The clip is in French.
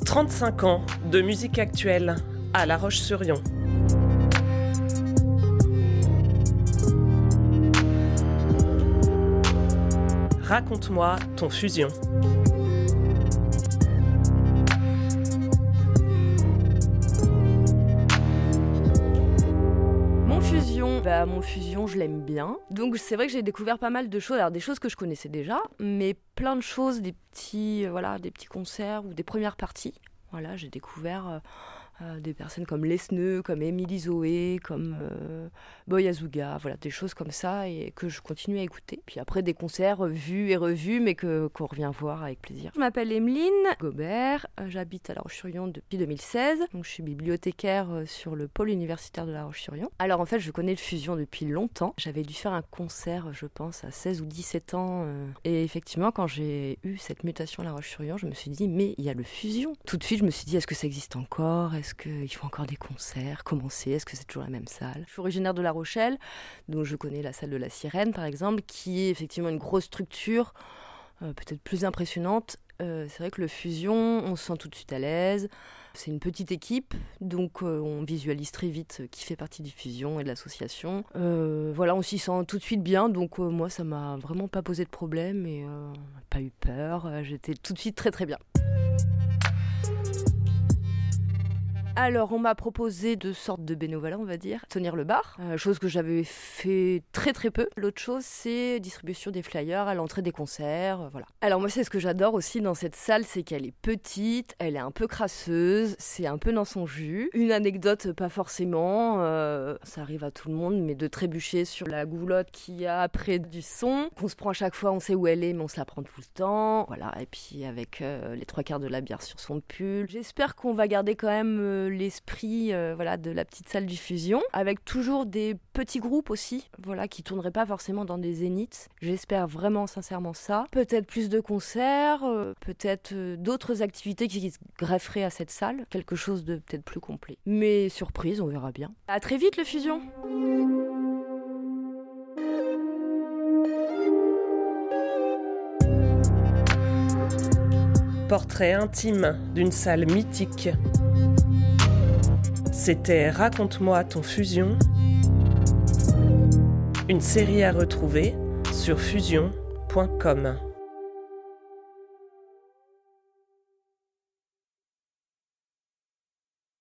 35 ans de musique actuelle à La Roche-sur-Yon. Raconte-moi ton fusion. Mon fusion, je l'aime bien. Donc c'est vrai que j'ai découvert pas mal de choses. Alors des choses que je connaissais déjà, mais plein de choses, des petits concerts ou des premières parties. Voilà, j'ai découvert des personnes comme Lesneux, comme Émilie Zoé, comme Boy Azuga, voilà, des choses comme ça et que je continue à écouter. Puis après des concerts vus et revus, mais qu'on revient voir avec plaisir. Je m'appelle Emeline Gobert, j'habite à La Roche-sur-Yon depuis 2016. Donc je suis bibliothécaire sur le pôle universitaire de La Roche-sur-Yon. Alors en fait, je connais le Fusion depuis longtemps. J'avais dû faire un concert, je pense, à 16 ou 17 ans. Et effectivement, quand j'ai eu cette mutation à La Roche-sur-Yon, je me suis dit, mais il y a le Fusion. Tout de suite, je me suis dit, est-ce que ça existe encore ? Est-ce qu'il faut encore des concerts ? Comment c'est ? Est-ce que c'est toujours la même salle ? Je suis originaire de La Rochelle, donc je connais la salle de la Sirène, par exemple, qui est effectivement une grosse structure, peut-être plus impressionnante. C'est vrai que le Fusion, on se sent tout de suite à l'aise. C'est une petite équipe, donc on visualise très vite qui fait partie du Fusion et de l'association. Voilà, on s'y sent tout de suite bien, donc moi, ça m'a vraiment pas posé de problème et pas eu peur. J'étais tout de suite très très bien. Alors, on m'a proposé deux sortes de bénévolat, on va dire. Tenir le bar, chose que j'avais fait très très peu. L'autre chose, c'est distribution des flyers à l'entrée des concerts, voilà. Alors moi, c'est ce que j'adore aussi dans cette salle, c'est qu'elle est petite, elle est un peu crasseuse, c'est un peu dans son jus. Une anecdote, pas forcément, ça arrive à tout le monde, mais de trébucher sur la goulotte qu'il y a après du son, qu'on se prend à chaque fois, on sait où elle est, mais on se la prend tout le temps. Voilà, et puis avec les 3/4 de la bière sur son pull. J'espère qu'on va garder quand même l'esprit de la petite salle du Fusion, avec toujours des petits groupes aussi, voilà, qui tourneraient pas forcément dans des zéniths. J'espère vraiment sincèrement ça. Peut-être plus de concerts, peut-être d'autres activités qui se grefferaient à cette salle, quelque chose de peut-être plus complet. Mais surprise, on verra bien. À très vite le Fusion. Portrait intime d'une salle mythique. C'était Raconte-moi ton Fusion, une série à retrouver sur fusion.com.